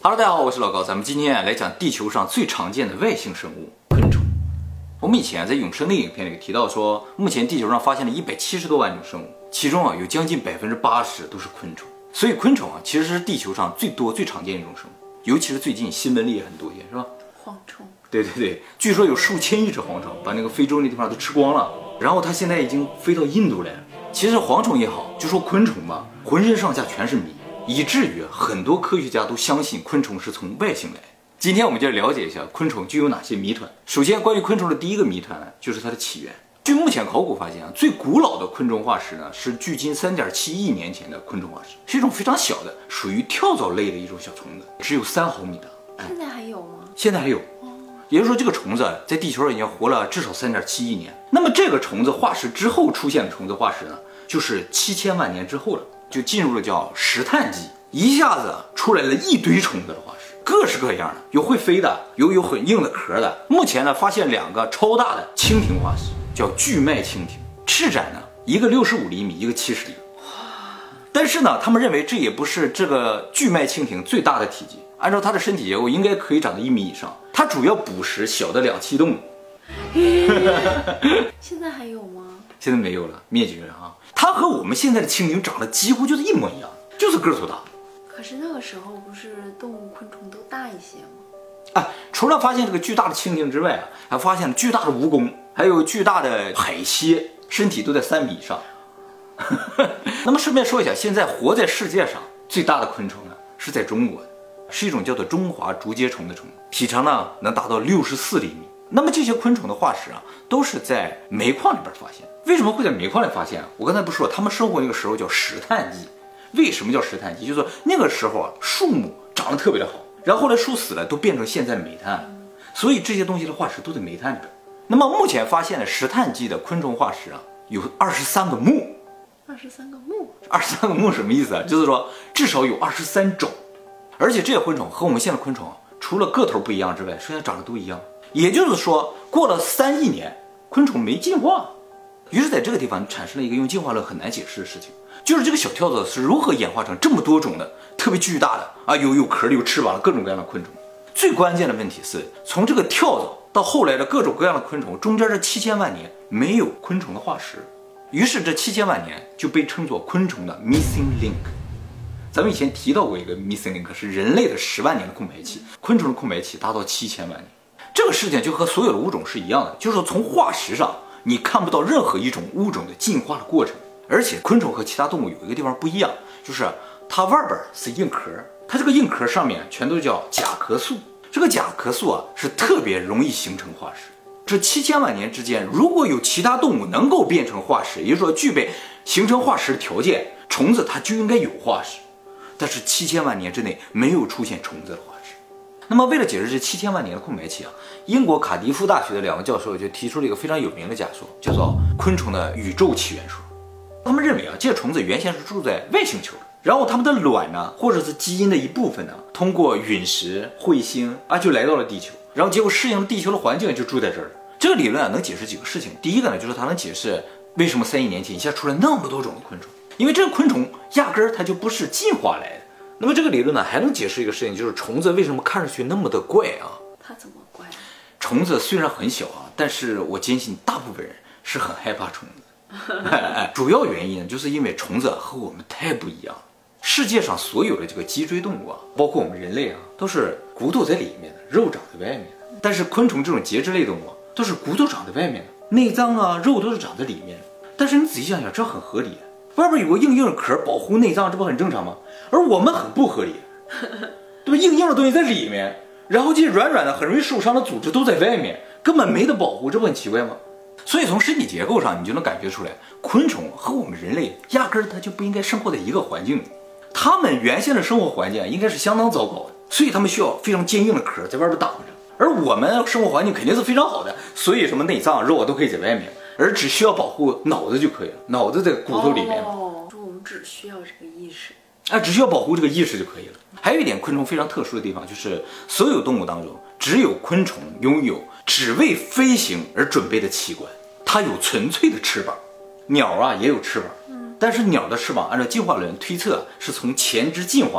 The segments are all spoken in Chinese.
Hello， 大家好，我是老高，咱们今天来讲地球上最常见的外星生物——昆虫。我们以前在永生的影片里提到说，目前地球上发现了170多万种生物，其中有将近80%都是昆虫。所以昆虫其实是地球上最多、最常见的一种生物，尤其是最近新闻里也很多见，是吧？ 蝗虫。 对，据说有数千亿只蝗虫把那个非洲那地方都吃光了，然后它现在已经飞到印度来了。其实蝗虫也好，就说昆虫吧，浑身上下全是谜。以至于很多科学家都相信昆虫是从外星来。今天我们就了解一下昆虫具有哪些谜团。首先，关于昆虫的第一个谜团呢，就是它的起源。据目前考古发现最古老的昆虫化石呢，是距今3.7亿年前的昆虫化石，是一种非常小的，属于跳蚤类的一种小虫子，只有3毫米大。 现在还有吗？ 现在还有。也就是说，这个虫子在地球上已经活了至少3.7亿年。那么这个虫子化石之后出现的虫子化石呢，就是7000万年之后了。就进入了叫石炭纪，一下子出来了一堆虫子的化石，各式各样的，有会飞的，有很硬的壳的。目前呢，发现2个超大的蜻蜓化石，叫巨脉蜻蜓，翅展呢，一个65厘米，一个70厘米。但是呢，他们认为这也不是这个巨脉蜻蜓最大的体积，按照它的身体结构，应该可以长到1米以上。它主要捕食小的两栖动物。 现在还有吗？ 现在没有了，灭绝了啊！它和我们现在的蜻蜓长得几乎就是一模一样，就是个头大。 可是那个时候不是动物昆虫都大一些吗？ 除了发现这个巨大的蜻蜓之外还发现了巨大的蜈蚣，还有巨大的海蝎，身体都在3米以上。那么顺便说一下，现在活在世界上最大的昆虫呢，是在中国的，是一种叫做中华竹节虫的虫，体长呢能达到64厘米。那么这些昆虫的化石都是在煤矿里边发现。为什么会在煤矿里发现？我刚才不说，他们生活那个时候叫石炭纪。为什么叫石炭纪？就是说那个时候树木长得特别的好，然后后来树死了，都变成现在的煤炭，所以这些东西的化石都在煤炭里边。那么目前发现的石炭纪的昆虫化石有23个目。 23个目 ？23个目什么意思？就是说至少有23种，而且这些昆虫和我们现在的昆虫除了个头不一样之外，剩下长得都一样。也就是说，过了3亿年，昆虫没进化。于是在这个地方产生了一个用进化论很难解释的事情，就是这个小跳蚤是如何演化成这么多种的特别巨大的有壳的有翅膀的各种各样的昆虫。最关键的问题是，从这个跳蚤到后来的各种各样的昆虫，中间这7000万年没有昆虫的化石，于是这7000万年就被称作昆虫的 missing link。咱们以前提到过一个 missing link， 是人类的10万年的空白期，昆虫的空白期达到7000万年。这个事情就和所有的物种是一样的，就是说从化石上你看不到任何一种物种的进化的过程。而且昆虫和其他动物有一个地方不一样，就是它外边是硬壳，它这个硬壳上面全都叫甲壳素。这个甲壳素是特别容易形成化石。这7000万年之间，如果有其他动物能够变成化石，也就是说具备形成化石的条件，虫子它就应该有化石。但是7000万年之内没有出现虫子的化石。那么为了解释这7000万年的空白期英国卡迪夫大学的2个教授就提出了一个非常有名的假说，叫做昆虫的宇宙起源说。他们认为这些虫子原先是住在外星球的，然后它们的卵呢，或者是基因的一部分呢，通过陨石、彗星就来到了地球，然后结果适应了地球的环境，就住在这儿了。这个理论能解释几个事情。第一个呢，就是它能解释为什么3亿年前一下出来那么多种的昆虫，因为这个昆虫压根儿它就不是进化来的。那么这个理论呢，还能解释一个事情，就是虫子为什么看上去那么的怪它怎么怪？ 虫子虽然很小但是我坚信大部分人是很害怕虫子。主要原因就是因为虫子和我们太不一样了。世界上所有的这个脊椎动物包括我们人类都是骨头在里面的，肉长在外面的。但是昆虫这种节肢类动物都是骨头长在外面的，内脏肉都是长在里面的。但是你仔细想想，这很合理。外边有个硬的壳保护内脏，这不很正常吗？而我们很不合理，对吧？硬的东西在里面，然后这些软的很容易受伤的组织都在外面，根本没得保护，这不很奇怪吗？所以从身体结构上你就能感觉出来，昆虫和我们人类压根儿它就不应该生活在一个环境里。它们原先的生活环境应该是相当糟糕的，所以它们需要非常坚硬的壳在外边挡着。而我们生活环境肯定是非常好的，所以什么内脏肉都可以在外面，而只需要保护脑子就可以了，脑子在骨头里面。 我们只需要这个意识， 只需要保护这个意识就可以了。还有一点昆虫非常特殊的地方，就是所有动物当中只有昆虫拥有只为飞行而准备的器官，它有纯粹的翅膀。鸟也有翅膀，但是鸟的翅膀按照进化论推测是从前肢进化来的，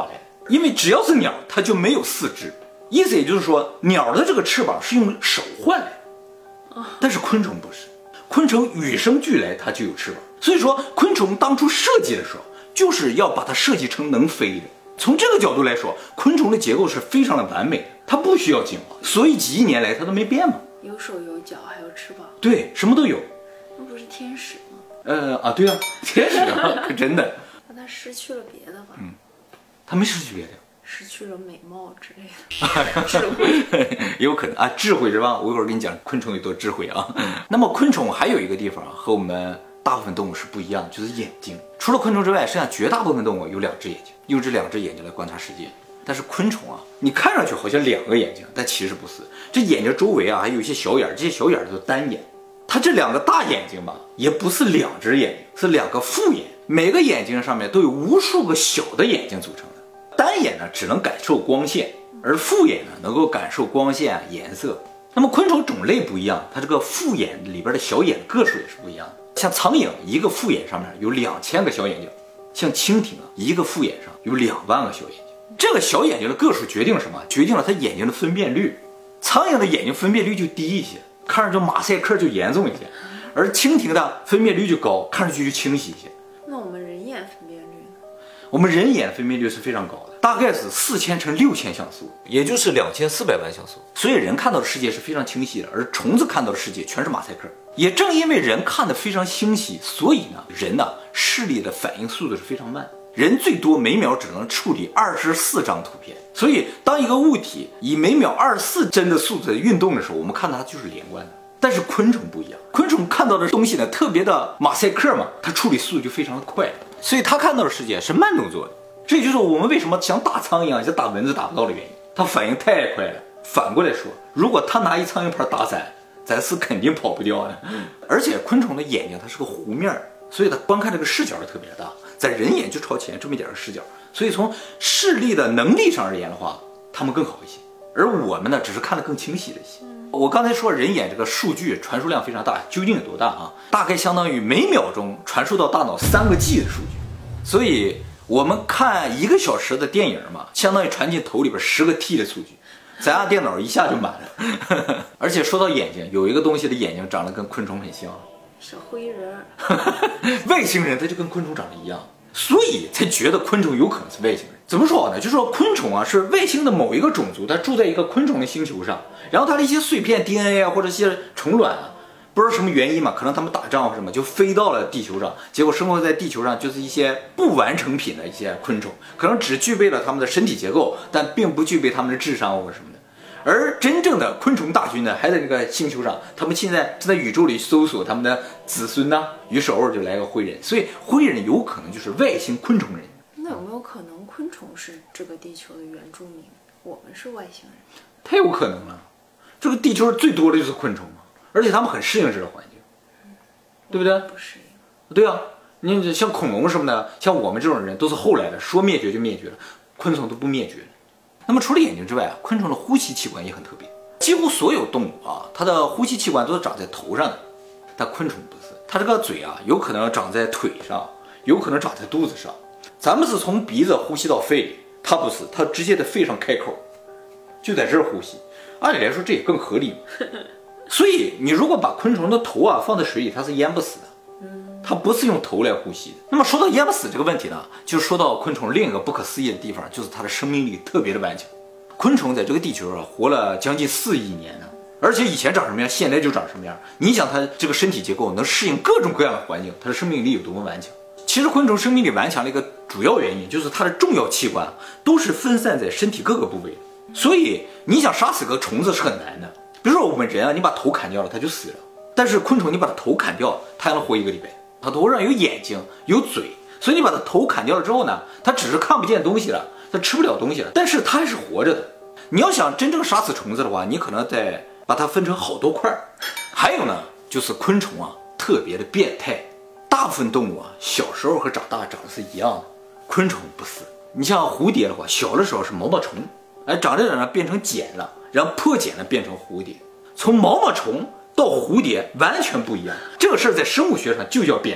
因为只要是鸟，它就没有四肢。意思也就是说，鸟的这个翅膀是用手换来的，但是昆虫不是，昆虫与生俱来它就有翅膀。所以说，昆虫当初设计的时候，就是要把它设计成能飞的。从这个角度来说，昆虫的结构是非常的完美的，它不需要进化，所以几亿年来它都没变嘛。 有手有脚还有翅膀， 对，什么都有。 那不是天使吗？ 对啊，天使啊，可真的。 那它失去了别的吧？ 它没失去别的， 失去了美貌之类的，智慧也有可能啊，智慧是吧？我一会儿跟你讲昆虫有多智慧啊。那么昆虫还有一个地方和我们大部分动物是不一样的，就是眼睛。除了昆虫之外，实际上绝大部分动物有两只眼睛，用这两只眼睛来观察世界。但是昆虫啊，你看上去好像两个眼睛，但其实不是。这眼睛周围啊还有一些小眼，这些小眼都是单眼。它这两个大眼睛吧，也不是两只眼睛，是两个复眼，每个眼睛上面都有无数个小的眼睛组成的。单眼呢只能感受光线，而复眼呢能够感受光线颜色。那么昆虫种类不一样，它这个复眼里边的小眼个数也是不一样的。像苍蝇一个复眼上面有2000个小眼睛，像蜻蜓啊一个复眼上有2万个小眼睛。这个小眼睛的个数决定了什么？决定了它眼睛的分辨率。苍蝇的眼睛分辨率就低一些，看上去马赛克就严重一些，而蜻蜓的分辨率就高，看上去就清晰一些。 那我们人眼分辨率呢？ 我们人眼分辨率是非常高的，大概是4000乘6000像素，也就是2400万像素。所以人看到的世界是非常清晰的，而虫子看到的世界全是马赛克。也正因为人看得非常清晰，所以呢，人呢视力的反应速度是非常慢。人最多每秒只能处理24张图片，所以当一个物体以每秒24帧的速度运动的时候，我们看到它就是连贯的。但是昆虫不一样，昆虫看到的东西呢特别的马赛克嘛，它处理速度就非常的快，所以它看到的世界是慢动作的。这就是我们为什么想打苍蝇啊，像打蚊子打不到的原因，它反应太快了。反过来说，如果它拿一苍蝇拍打咱是肯定跑不掉的。而且昆虫的眼睛它是个弧面，所以它观看这个视角是特别大，在人眼就朝前这么一点的视角，所以从视力的能力上而言的话，它们更好一些。而我们呢，只是看得更清晰了一些。我刚才说人眼这个数据传输量非常大，究竟有多大啊？大概相当于每秒钟传输到大脑3个 G 的数据。所以我们看1个小时的电影嘛，相当于传进头里边10个 T 的数据，咱家电脑一下就满了。而且说到眼睛，有一个东西的眼睛长得跟昆虫很像， 小灰人。 外星人他就跟昆虫长得一样，所以才觉得昆虫有可能是外星人。怎么说呢？就是说昆虫啊是外星的某一个种族，它住在一个昆虫的星球上，然后它的一些碎片 DNA 啊或者一些虫卵啊，不知道什么原因嘛，可能他们打仗或什么就飞到了地球上，结果生活在地球上就是一些不完成品的一些昆虫，可能只具备了他们的身体结构，但并不具备他们的智商或什么的。而真正的昆虫大军呢，还在那个星球上，他们现在正在宇宙里搜索他们的子孙呢，于是偶尔就来个灰人，所以灰人有可能就是外星昆虫人。 那有没有可能昆虫是这个地球的原住民，我们是外星人？ 太有可能了，这个地球最多的就是昆虫嘛，而且他们很适应这个环境，对不对？ 不适应。 对啊，你像恐龙什么的，像我们这种人都是后来的，说灭绝就灭绝了，昆虫都不灭绝。那么除了眼睛之外啊，昆虫的呼吸器官也很特别。几乎所有动物啊，它的呼吸器官都是长在头上的，但昆虫不是，它这个嘴啊，有可能长在腿上，有可能长在肚子上。咱们是从鼻子呼吸到肺里，它不是，它直接在肺上开口，就在这儿呼吸。按理来说这也更合理嘛。所以你如果把昆虫的头啊放在水里，它是淹不死的。它不是用头来呼吸的。那么说到淹不死这个问题呢，就说到昆虫另一个不可思议的地方，就是它的生命力特别的顽强。昆虫在这个地球啊活了将近4亿年呢，而且以前长什么样，现在就长什么样。你想它这个身体结构能适应各种各样的环境，它的生命力有多么顽强？其实昆虫生命力顽强的一个主要原因就是它的重要器官都是分散在身体各个部位，所以你想杀死个虫子是很难的。比如说我们人啊，你把头砍掉了它就死了，但是昆虫你把它头砍掉，它还能活1个礼拜。它头上有眼睛有嘴，所以你把它头砍掉了之后呢，它只是看不见东西了，它吃不了东西了，但是它还是活着的。你要想真正杀死虫子的话，你可能得把它分成好多块。还有呢，就是昆虫啊特别的变态。大部分动物啊小时候和长大长得是一样的，昆虫不是。你像蝴蝶的话，小的时候是毛毛虫，长着长着变成茧了，然后破茧了变成蝴蝶。从毛毛虫到蝴蝶完全不一样，这个事儿在生物学上就叫变态。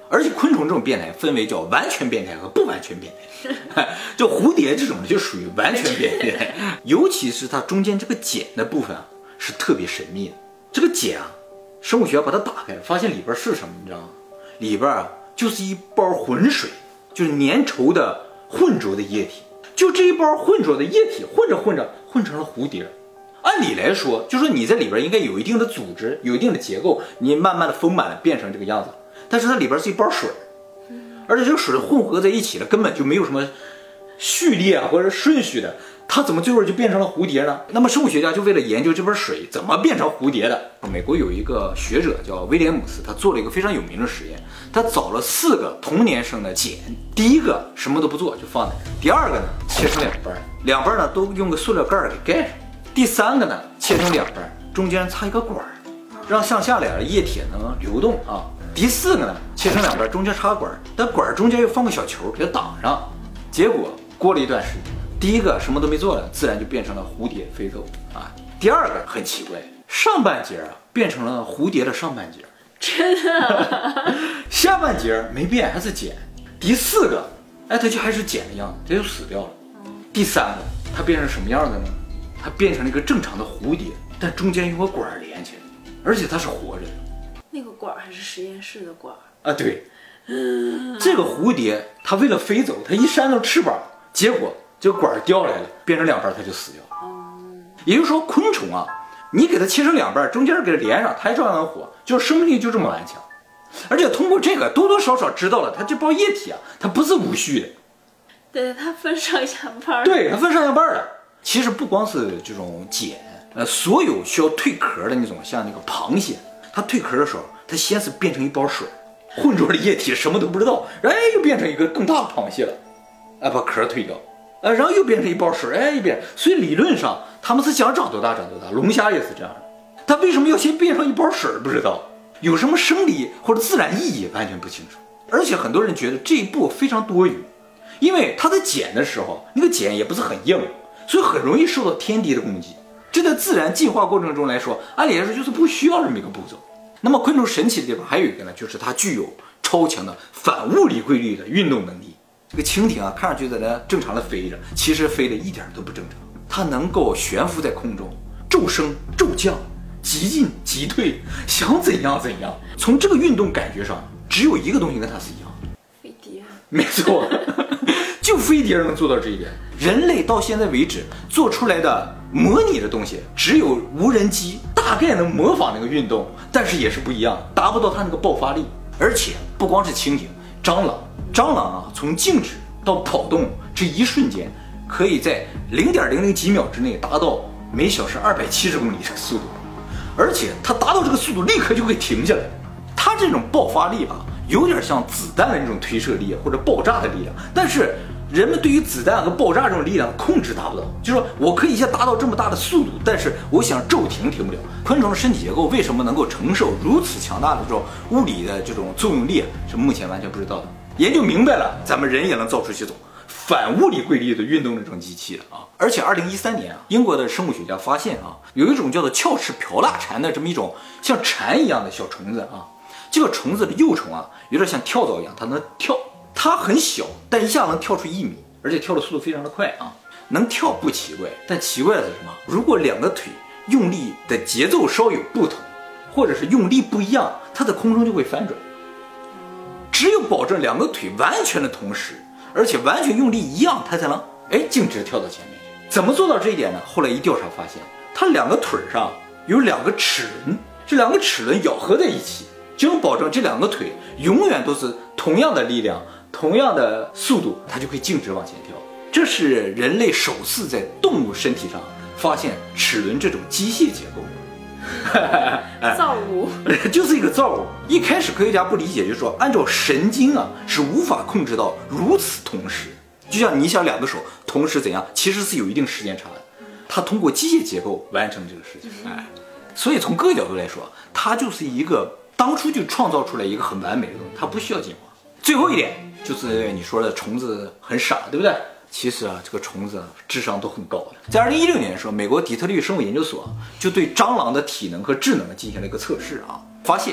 而且昆虫这种变态分为叫完全变态和不完全变态，就蝴蝶这种就属于完全变态，尤其是它中间这个茧的部分啊是特别神秘的。这个茧啊，生物学家把它打开，发现里边是什么，你知道吗？里边啊就是一包浑水，就是粘稠的浑浊的液体。就这一包浑浊的液体混着混成了蝴蝶。按理来说，就说你在里边应该有一定的组织，有一定的结构，你慢慢的丰满了变成这个样子。但是它里边是一包水，而且这个水混合在一起了，根本就没有什么序列啊或者顺序的，它怎么最后就变成了蝴蝶呢？那么生物学家就为了研究这盆水怎么变成蝴蝶的，美国有一个学者叫威廉姆斯，他做了一个非常有名的实验。他找了4个同年生的茧，第一个什么都不做就放在这，第二个呢切成两半呢都用个塑料盖给盖上，第三个呢切成2半，中间插一个管，让向下来的液体能流动啊。第4个呢切成2半，中间插个管，但管中间又放个小球给它挡上。结果过了一段时间，第一个什么都没做了，自然就变成了蝴蝶飞走啊。第二个很奇怪，上半截啊变成了蝴蝶的上半截， 真的， 下半截没变，还是茧。第4个，哎，它就还是茧的样子，它就死掉了。第3个，它变成什么样子呢？它变成了一个正常的蝴蝶，但中间用个管连起来，而且它是活着的。 那个管还是实验室的管啊？对，这个蝴蝶它为了飞走，它一扇动翅膀，结果这个管掉下来了，变成2半，它就死掉了。也就是说，昆虫啊，你给它切成2半，中间给它连上，它还照样能活，就是生命力就这么顽强。而且通过这个，多多少少知道了它这包液体啊，它不是无序的， 对，它分上下半， 对，它分上下半的。其实不光是这种茧，所有需要蜕壳的那种，像那个螃蟹，它蜕壳的时候，它先是变成一包水，浑浊的液体，什么都不知道，哎，又变成一个更大的螃蟹了，把壳蜕掉，然后又变成一包水，哎，又变。所以理论上他们是想长多大长多大，龙虾也是这样的。它为什么要先变成一包水不知道，有什么生理或者自然意义完全不清楚。而且很多人觉得这一步非常多余，因为它在茧的时候，那个茧也不是很硬，所以很容易受到天敌的攻击。这在自然进化过程中来说，按理来说就是不需要这么一个步骤。那么昆虫神奇的地方还有一个呢，就是它具有超强的反物理规律的运动能力。这个蜻蜓啊，看上去在那正常的飞着，其实飞的一点都不正常。它能够悬浮在空中，骤升骤降，急进急退，想怎样怎样。从这个运动感觉上，只有一个东西跟它是一样的， 飞碟。 没错，就飞碟能做到这一点。人类到现在为止做出来的模拟的东西，只有无人机大概能模仿那个运动，但是也是不一样，达不到它那个爆发力。而且不光是蜻蜓，蟑螂啊，从静止到跑动这一瞬间，可以在0.00几秒之内达到每小时270公里的速度，而且它达到这个速度立刻就会停下来。它这种爆发力啊，有点像子弹的那种推射力或者爆炸的力量，但是人们对于子弹和爆炸这种力量控制达不到，就是说我可以一下达到这么大的速度，但是我想骤停停不了。昆虫的身体结构为什么能够承受如此强大的这种物理的这种作用力，是目前完全不知道的。研究明白了，咱们人也能造出这种反物理规律的运动的这种机器了啊！而且2013年啊，英国的生物学家发现啊，有一种叫做鞘翅瓢蜡蝉的这么一种像蝉一样的小虫子啊，这个虫子的幼虫啊，有点像跳蚤一样，它能跳，它很小，但一下能跳出1米，而且跳的速度非常的快啊！能跳不奇怪，但奇怪的是什么？如果2个腿用力的节奏稍有不同，或者是用力不一样，它在空中就会翻转。只有保证2个腿完全的同时，而且完全用力一样，它才能径直跳到前面去。怎么做到这一点呢？后来一调查发现，它2个腿上有2个齿轮，这2个齿轮咬合在一起，就能保证这2个腿永远都是同样的力量、同样的速度，它就会径直往前跳。这是人类首次在动物身体上发现齿轮这种机械结构。 造物就是一个造物。一开始科学家不理解，就是说按照神经啊是无法控制到如此同时，就像你想2个手同时怎样，其实是有一定时间差的。它通过机械结构完成这个事情，所以从各个角度来说，它就是一个当初就创造出来一个很完美的东西，它不需要进化。最后一点就是你说的虫子很傻，对不对？其实啊，这个虫子智商都很高的。在2016年的时候，美国底特律生物研究所就对蟑螂的体能和智能进行了一个测试啊，发现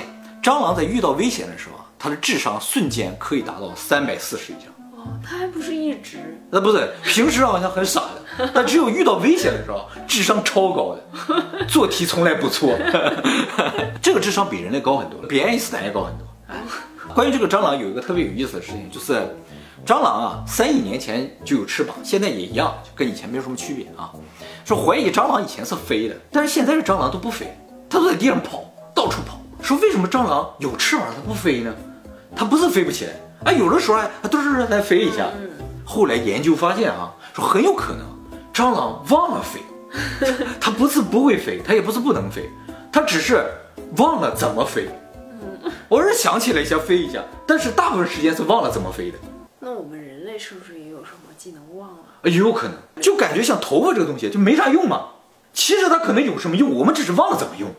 蟑螂在遇到危险的时候，它的智商瞬间可以达到340以上。 哦，它还不是一直。 那不对，平时好像很傻的，但只有遇到危险的时候，智商超高的，做题从来不错。这个智商比人类高很多，比爱因斯坦也高很多。关于这个蟑螂有一个特别有意思的事情，就是蟑螂啊，3亿年前就有翅膀，现在也一样，就跟以前没有什么区别啊。说怀疑蟑螂以前是飞的，但是现在的蟑螂都不飞，它都在地上跑，到处跑。说为什么蟑螂有翅膀它不飞呢？它不是飞不起来，哎，有的时候它都是来飞一下。后来研究发现啊，说很有可能蟑螂忘了飞，它不是不会飞，它也不是不能飞，它只是忘了怎么飞。偶尔想起来一下飞一下，但是大部分时间是忘了怎么飞的。 那我们人类是不是也有什么技能忘了？ 也有可能，就感觉像头发这个东西就没啥用嘛。其实它可能有什么用，我们只是忘了怎么用。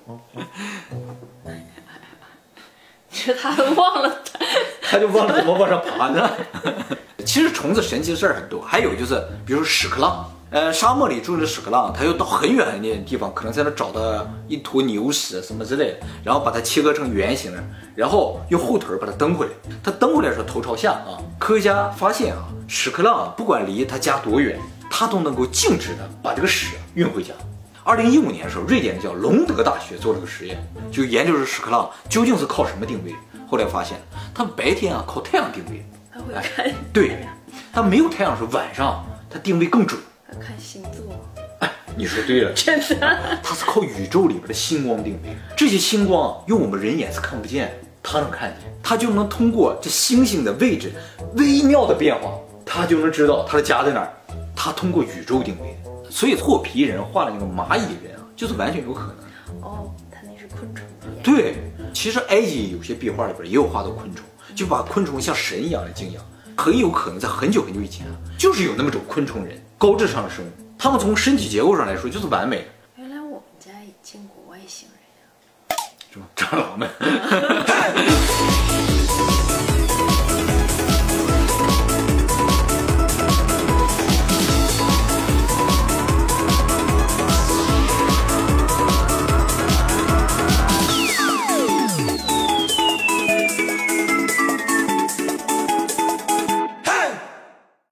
是他忘了， 他就忘了怎么往上爬呢。其实虫子神奇的事儿很多，还有就是比如说屎壳郎，沙漠里住的屎壳郎，它又到很远很远的地方，可能在那找到一坨牛屎什么之类的，然后把它切割成圆形的，然后用后腿把它蹬回来。它蹬回来的时候头朝下啊，科学家发现啊，屎壳郎不管离他家多远，他都能够径直的把这个屎运回家。2015年的时候，瑞典的叫隆德大学做了个实验，就研究这屎壳郎究竟是靠什么定位。后来发现，它白天啊靠太阳定位， 他会看， 对，它没有太阳的时候，晚上它定位更准。 他看星座。 哎，你说对了， 真的， 它是靠宇宙里边的星光定位。这些星光用我们人眼是看不见，它能看见，它就能通过这星星的位置微妙的变化，它就能知道它的家在哪儿。它通过宇宙定位。所以霍皮人画的那个蚂蚁人啊，就是完全有可能。 哦，他那是昆虫的。 对，其实埃及有些壁画里边也有画到昆虫，就把昆虫像神一样的敬仰。很有可能在很久很久以前啊，就是有那么种昆虫人，高智商的生物，他们从身体结构上来说就是完美的。 原来我们家也见过外星人呀。 是吧？蟑螂们。